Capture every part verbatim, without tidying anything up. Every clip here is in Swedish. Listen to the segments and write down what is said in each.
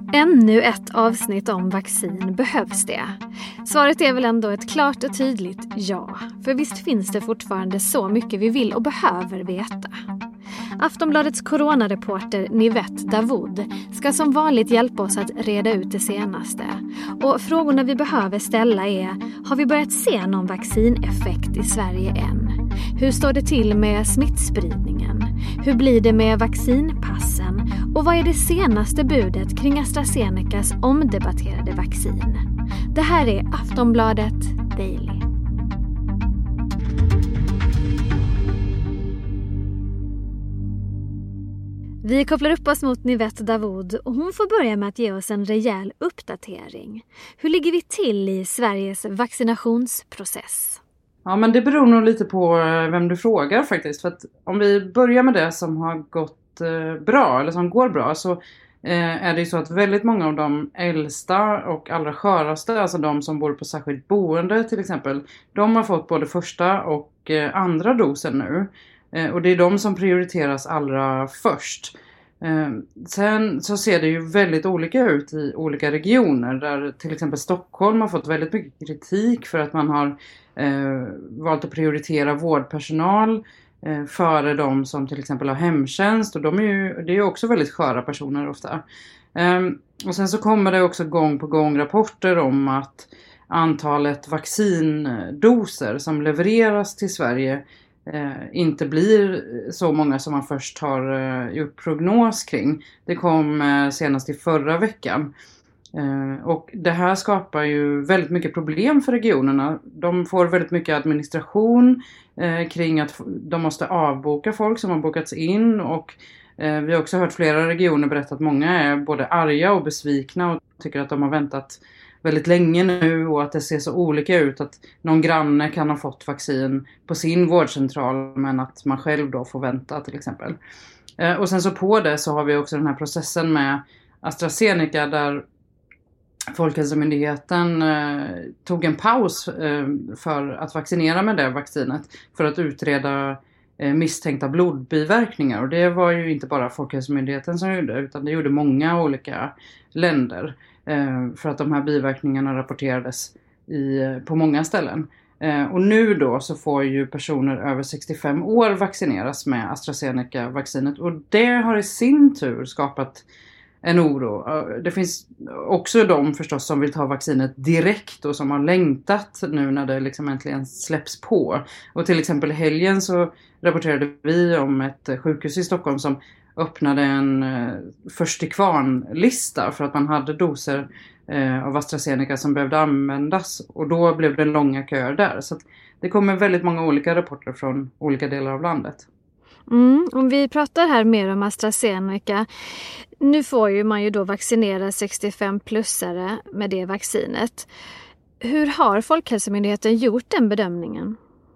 Ännu ett avsnitt om vaccin, behövs det? Svaret är väl ändå ett klart och tydligt ja. För visst finns det fortfarande så mycket vi vill och behöver veta. Aftonbladets coronareporter Nivette Davoud ska som vanligt hjälpa oss att reda ut det senaste. Och frågorna vi behöver ställa är: har vi börjat se någon vaccineffekt i Sverige än? Hur står det till med smittspridningen? Hur blir det med vaccinpassen? Och vad är det senaste budet kring AstraZenecas omdebatterade vaccin? Det här är Aftonbladet Daily. Vi kopplar upp oss mot Nivette Davoud och hon får börja med att ge oss en rejäl uppdatering. Hur ligger vi till i Sveriges vaccinationsprocess? Ja, men det beror nog lite på vem du frågar faktiskt. För att om vi börjar med det som har gått eh, bra eller som går bra, så eh, är det ju så att väldigt många av de äldsta och allra sköraste, alltså de som bor på särskilt boende till exempel, de har fått både första och eh, andra dosen nu. Eh, och det är de som prioriteras allra först. Eh, sen så ser det ju väldigt olika ut i olika regioner, där till exempel Stockholm har fått väldigt mycket kritik för att man har eh, valt att prioritera vårdpersonal eh, före de som till exempel har hemtjänst, och de är ju, det är ju också väldigt sköra personer ofta. Eh, och sen så kommer det också gång på gång rapporter om att antalet vaccindoser som levereras till Sverige Eh, inte blir så många som man först har eh, gjort prognos kring. Det kom eh, senast i förra veckan. Eh, och det här skapar ju väldigt mycket problem för regionerna. De får väldigt mycket administration eh, kring att de måste avboka folk som har bokats in. Och eh, vi har också hört flera regioner berätta att många är både arga och besvikna och tycker att de har väntat väldigt länge nu, och att det ser så olika ut att någon granne kan ha fått vaccin på sin vårdcentral men att man själv då får vänta till exempel. Eh, och sen så på det så har vi också den här processen med AstraZeneca, där Folkhälsomyndigheten eh, tog en paus eh, för att vaccinera med det vaccinet för att utreda eh, misstänkta blodbiverkningar. Och det var ju inte bara Folkhälsomyndigheten som gjorde, utan det gjorde många olika länder. För att de här biverkningarna rapporterades i, på många ställen. Och nu då så får ju personer över sextiofem år vaccineras med AstraZeneca-vaccinet. Och det har i sin tur skapat en oro. Det finns också de förstås som vill ta vaccinet direkt och som har längtat nu när det liksom äntligen släpps på. Och till exempel i helgen så rapporterade vi om ett sjukhus i Stockholm som öppnade en eh, först till kvarn-lista för att man hade doser eh, av AstraZeneca som behövde användas. Och då blev det långa köer där. Så att det kommer väldigt många olika rapporter från olika delar av landet. Mm, om vi pratar här mer om AstraZeneca. Nu får ju man ju då vaccinera sextiofem-plussare med det vaccinet. Hur har Folkhälsomyndigheten gjort den bedömningen?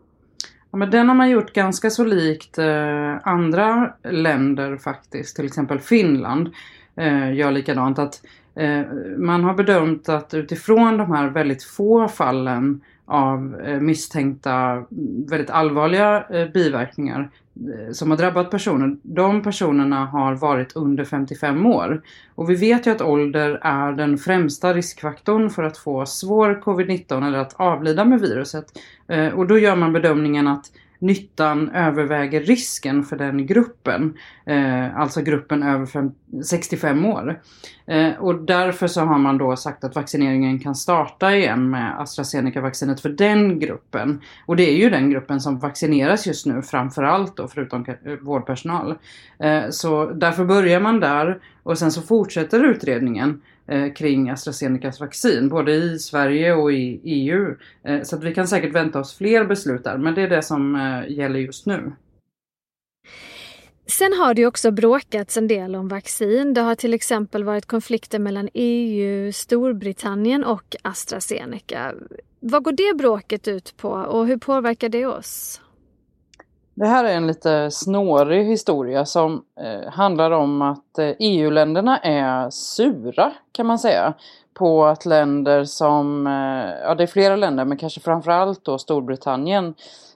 Ja, men den har man gjort ganska så likt eh, andra länder faktiskt. Till exempel Finland eh, gör likadant. Att eh, man har bedömt att utifrån de här väldigt få fallen av eh, misstänkta väldigt allvarliga eh, biverkningar eh, som har drabbat personer. De personerna har varit under femtiofem år. Och vi vet ju att ålder är den främsta riskfaktorn för att få svår covid nitton eller att avlida med viruset. Eh, och då gör man bedömningen att nyttan överväger risken för den gruppen. Eh, alltså gruppen över fem, sextiofem år. Eh, och därför så har man då sagt att vaccineringen kan starta igen med AstraZeneca-vaccinet för den gruppen. Och det är ju den gruppen som vaccineras just nu framförallt då, förutom vårdpersonal. Eh, så därför börjar man där och sen så fortsätter utredningen eh, kring AstraZenecas vaccin. Både i Sverige och i E U. Eh, så att vi kan säkert vänta oss fler beslut där. Men det är det som eh, gäller just nu. Sen har det ju också bråkats en del om vaccin. Det har till exempel varit konflikter mellan E U, Storbritannien och AstraZeneca. Vad går det bråket ut på och hur påverkar det oss? Det här är en lite snårig historia som eh, handlar om att eh, E U-länderna är sura kan man säga. På att länder som, eh, ja det är flera länder men kanske framförallt då Storbritannien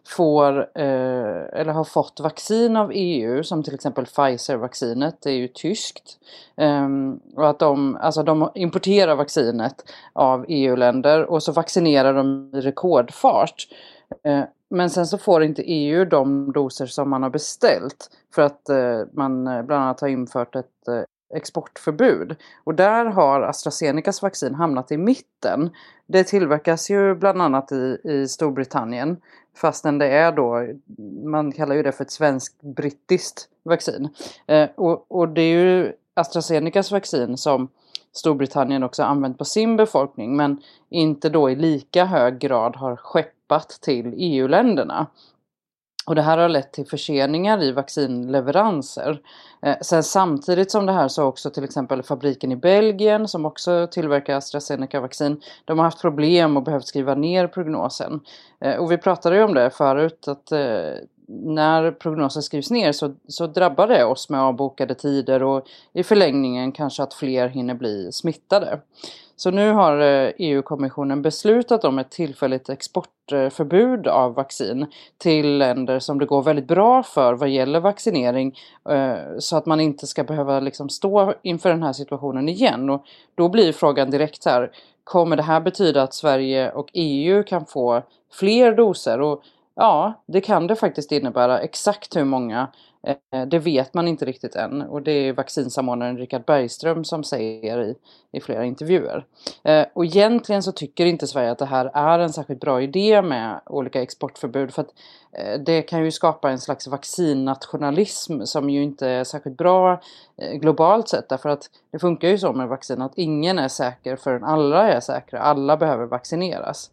får eh, eller har fått vaccin av E U, som till exempel Pfizer-vaccinet, det är ju tyskt. Eh, och att de, alltså de importerar vaccinet av E U-länder och så vaccinerar de i rekordfart. Eh, men sen så får inte E U de doser som man har beställt för att eh, man bland annat har infört ett eh, exportförbud. Och där har AstraZenecas vaccin hamnat i mitten. Det tillverkas ju bland annat i, i Storbritannien, fastän det är då, man kallar ju det för ett svenskt-brittiskt vaccin. Eh, och, och det är ju AstraZenecas vaccin som Storbritannien också använt på sin befolkning, men inte då i lika hög grad har skeppat till E U-länderna. Och det här har lett till förseningar i vaccinleveranser. Eh, sen samtidigt som det här så också till exempel fabriken i Belgien som också tillverkar AstraZeneca-vaccin. De har haft problem och behövt skriva ner prognosen. Eh, och vi pratade ju om det förut att eh, när prognosen skrivs ner så, så drabbar det oss med avbokade tider och i förlängningen kanske att fler hinner bli smittade. Så nu har E U-kommissionen beslutat om ett tillfälligt exportförbud av vaccin till länder som det går väldigt bra för vad gäller vaccinering, så att man inte ska behöva liksom stå inför den här situationen igen. Och då blir frågan direkt här, kommer det här betyda att Sverige och E U kan få fler doser? Och ja, det kan det faktiskt innebära. Exakt hur många, det vet man inte riktigt än. Och det är vaccinsamordnaren Richard Bergström som säger i, i flera intervjuer. Och egentligen så tycker inte Sverige att det här är en särskilt bra idé med olika exportförbud. För att det kan ju skapa en slags vaccinnationalism som ju inte är särskilt bra globalt sett. Därför att det funkar ju så med vaccin att ingen är säker förrän alla är säkra. Alla behöver vaccineras.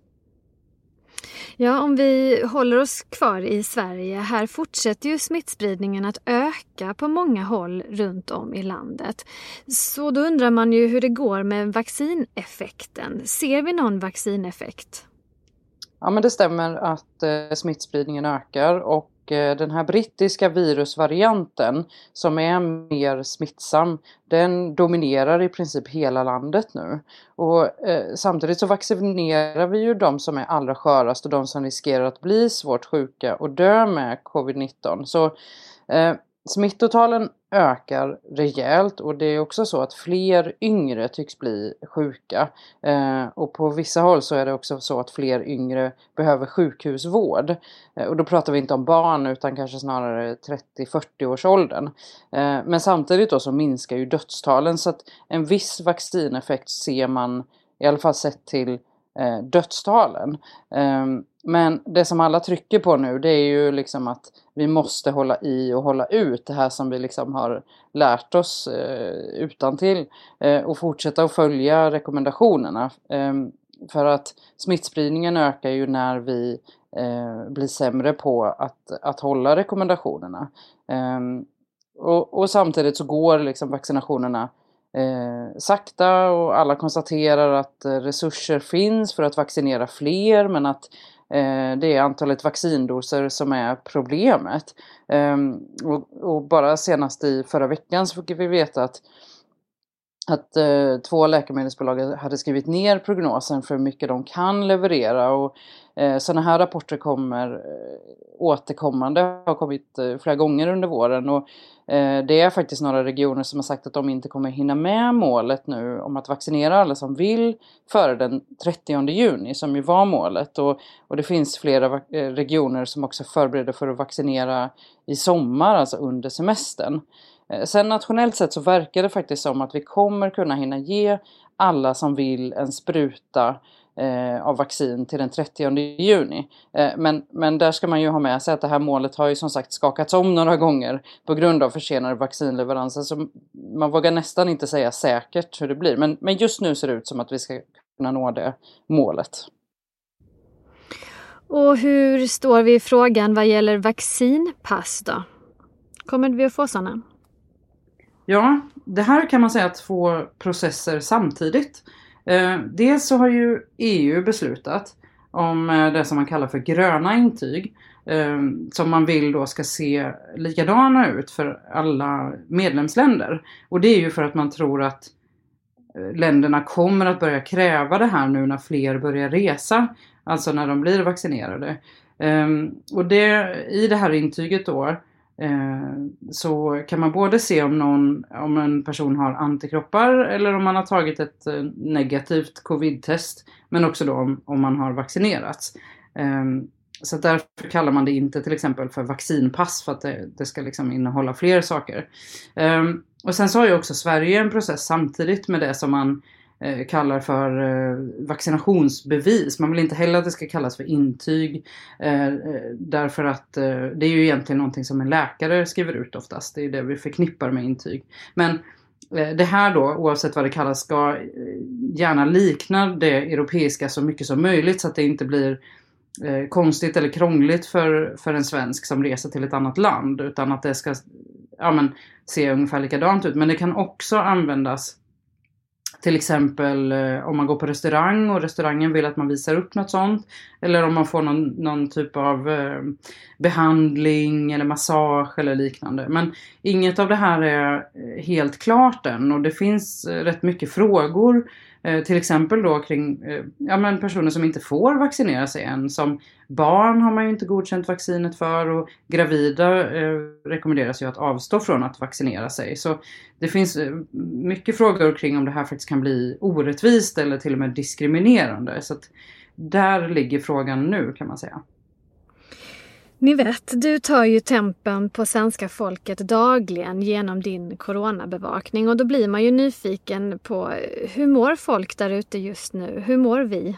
Ja, om vi håller oss kvar i Sverige, här fortsätter ju smittspridningen att öka på många håll runt om i landet. Så då undrar man ju hur det går med vaccineffekten. Ser vi någon vaccineffekt? Ja, men det stämmer att eh, smittspridningen ökar och eh, den här brittiska virusvarianten som är mer smittsam, den dominerar i princip hela landet nu. Och eh, samtidigt så vaccinerar vi ju de som är allra skörast och de som riskerar att bli svårt sjuka och dö med covid nitton. Så eh, smittotalen ökar rejält och det är också så att fler yngre tycks bli sjuka. Eh, och på vissa håll så är det också så att fler yngre behöver sjukhusvård. Eh, och då pratar vi inte om barn utan kanske snarare trettio till fyrtio års åldern. Eh, men samtidigt då så minskar ju dödstalen, så att en viss vaccineffekt ser man i alla fall sett till eh, dödstalen. Eh, Men det som alla trycker på nu, det är ju liksom att vi måste hålla i och hålla ut det här som vi liksom har lärt oss eh, utantill eh, och fortsätta att följa rekommendationerna. Eh, för att smittspridningen ökar ju när vi eh, blir sämre på att, att hålla rekommendationerna. Eh, och, och samtidigt så går liksom vaccinationerna Eh, sakta och alla konstaterar att eh, resurser finns för att vaccinera fler, men att eh, det är antalet vaccindoser som är problemet. Eh, och, och bara senast i förra veckan så fick vi veta att att eh, två läkemedelsbolag hade skrivit ner prognosen för hur mycket de kan leverera, och eh, sådana här rapporter kommer eh, återkommande, har kommit eh, flera gånger under våren, och eh, det är faktiskt några regioner som har sagt att de inte kommer hinna med målet nu om att vaccinera alla som vill före den trettionde juni som ju var målet, och, och det finns flera eh, regioner som också förbereder för att vaccinera i sommar, alltså under semestern. Sen nationellt sett så verkar det faktiskt som att vi kommer kunna hinna ge alla som vill en spruta eh, av vaccin till den trettionde juni. Eh, men, men där ska man ju ha med sig att det här målet har ju som sagt skakats om några gånger på grund av försenade vaccinleveranser. Så man vågar nästan inte säga säkert hur det blir. Men, men just nu ser det ut som att vi ska kunna nå det målet. Och hur står vi i frågan vad gäller vaccinpass då? Kommer vi att få sådana? Ja, det här kan man säga att två processer samtidigt. Eh, dels så har ju E U beslutat om eh, det som man kallar för gröna intyg. Eh, som man vill då ska se likadana ut för alla medlemsländer. Och det är ju för att man tror att eh, länderna kommer att börja kräva det här nu när fler börjar resa. Alltså när de blir vaccinerade. Um, och det, i det här intyget då eh, så kan man både se om, någon, om en person har antikroppar eller om man har tagit ett eh, negativt covid-test, men också då om, om man har vaccinerats. Um, så därför kallar man det inte till exempel för vaccinpass, för att det, det ska liksom innehålla fler saker. Um, och sen så har ju också Sverige en process samtidigt med det som man kallar för eh, vaccinationsbevis. Man vill inte heller att det ska kallas för intyg. Eh, därför att eh, det är ju egentligen någonting som en läkare skriver ut oftast. Det är det vi förknippar med intyg. Men eh, det här då, oavsett vad det kallas, ska eh, gärna likna det europeiska så mycket som möjligt. Så att det inte blir eh, konstigt eller krångligt för, för en svensk som reser till ett annat land. Utan att det ska ja, men, se ungefär likadant ut. Men det kan också användas till exempel eh, om man går på restaurang och restaurangen vill att man visar upp något sånt. Eller om man får någon, någon typ av eh, behandling eller massage eller liknande. Men inget av det här är helt klart än. Och det finns eh, rätt mycket frågor. Eh, till exempel då kring eh, ja, men personer som inte får vaccinera sig än. Som barn har man ju inte godkänt vaccinet för. Och gravida eh, rekommenderas ju att avstå från att vaccinera sig. Så det finns eh, mycket frågor kring om det här faktiskt kan bli orättvist eller till och med diskriminerande. Så att där ligger frågan nu, kan man säga. Ni vet, du tar ju tempen på svenska folket dagligen genom din coronabevakning. Och då blir man ju nyfiken på hur mår folk där ute just nu? Hur mår vi?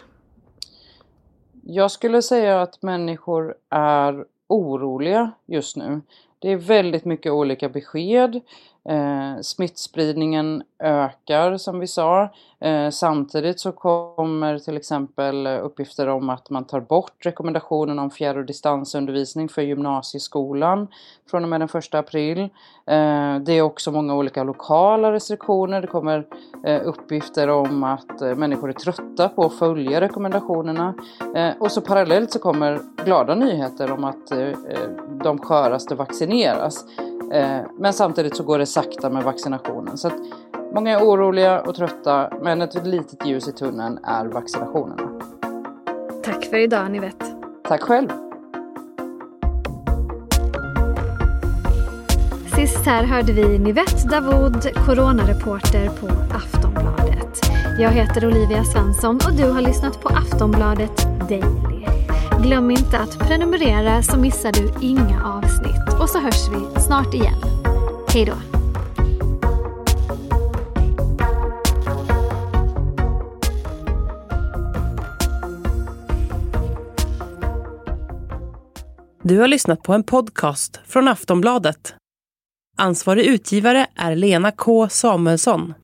Jag skulle säga att människor är oroliga just nu. Det är väldigt mycket olika besked. Eh, smittspridningen ökar som vi sa. Eh, samtidigt så kommer till exempel uppgifter om att man tar bort rekommendationen om fjärr- och distansundervisning för gymnasieskolan från och med den första april. Eh, det är också många olika lokala restriktioner. Det kommer eh, uppgifter om att eh, människor är trötta på att följa rekommendationerna. Eh, och så parallellt så kommer glada nyheter om att eh, de sköraste vaccineras. Men samtidigt så går det sakta med vaccinationen. Så att många är oroliga och trötta, men ett litet ljus i tunneln är vaccinationerna. Tack för idag, ni vet. Tack själv. Sist här hörde vi Nivette Davoud, coronareporter på Aftonbladet. Jag heter Olivia Svensson och du har lyssnat på Aftonbladet Daily. Glöm inte att prenumerera så missar du inga avsnitt. Och så hörs vi snart igen. Hej då! Du har lyssnat på en podcast från Aftonbladet. Ansvarig utgivare är Lena K. Samuelsson.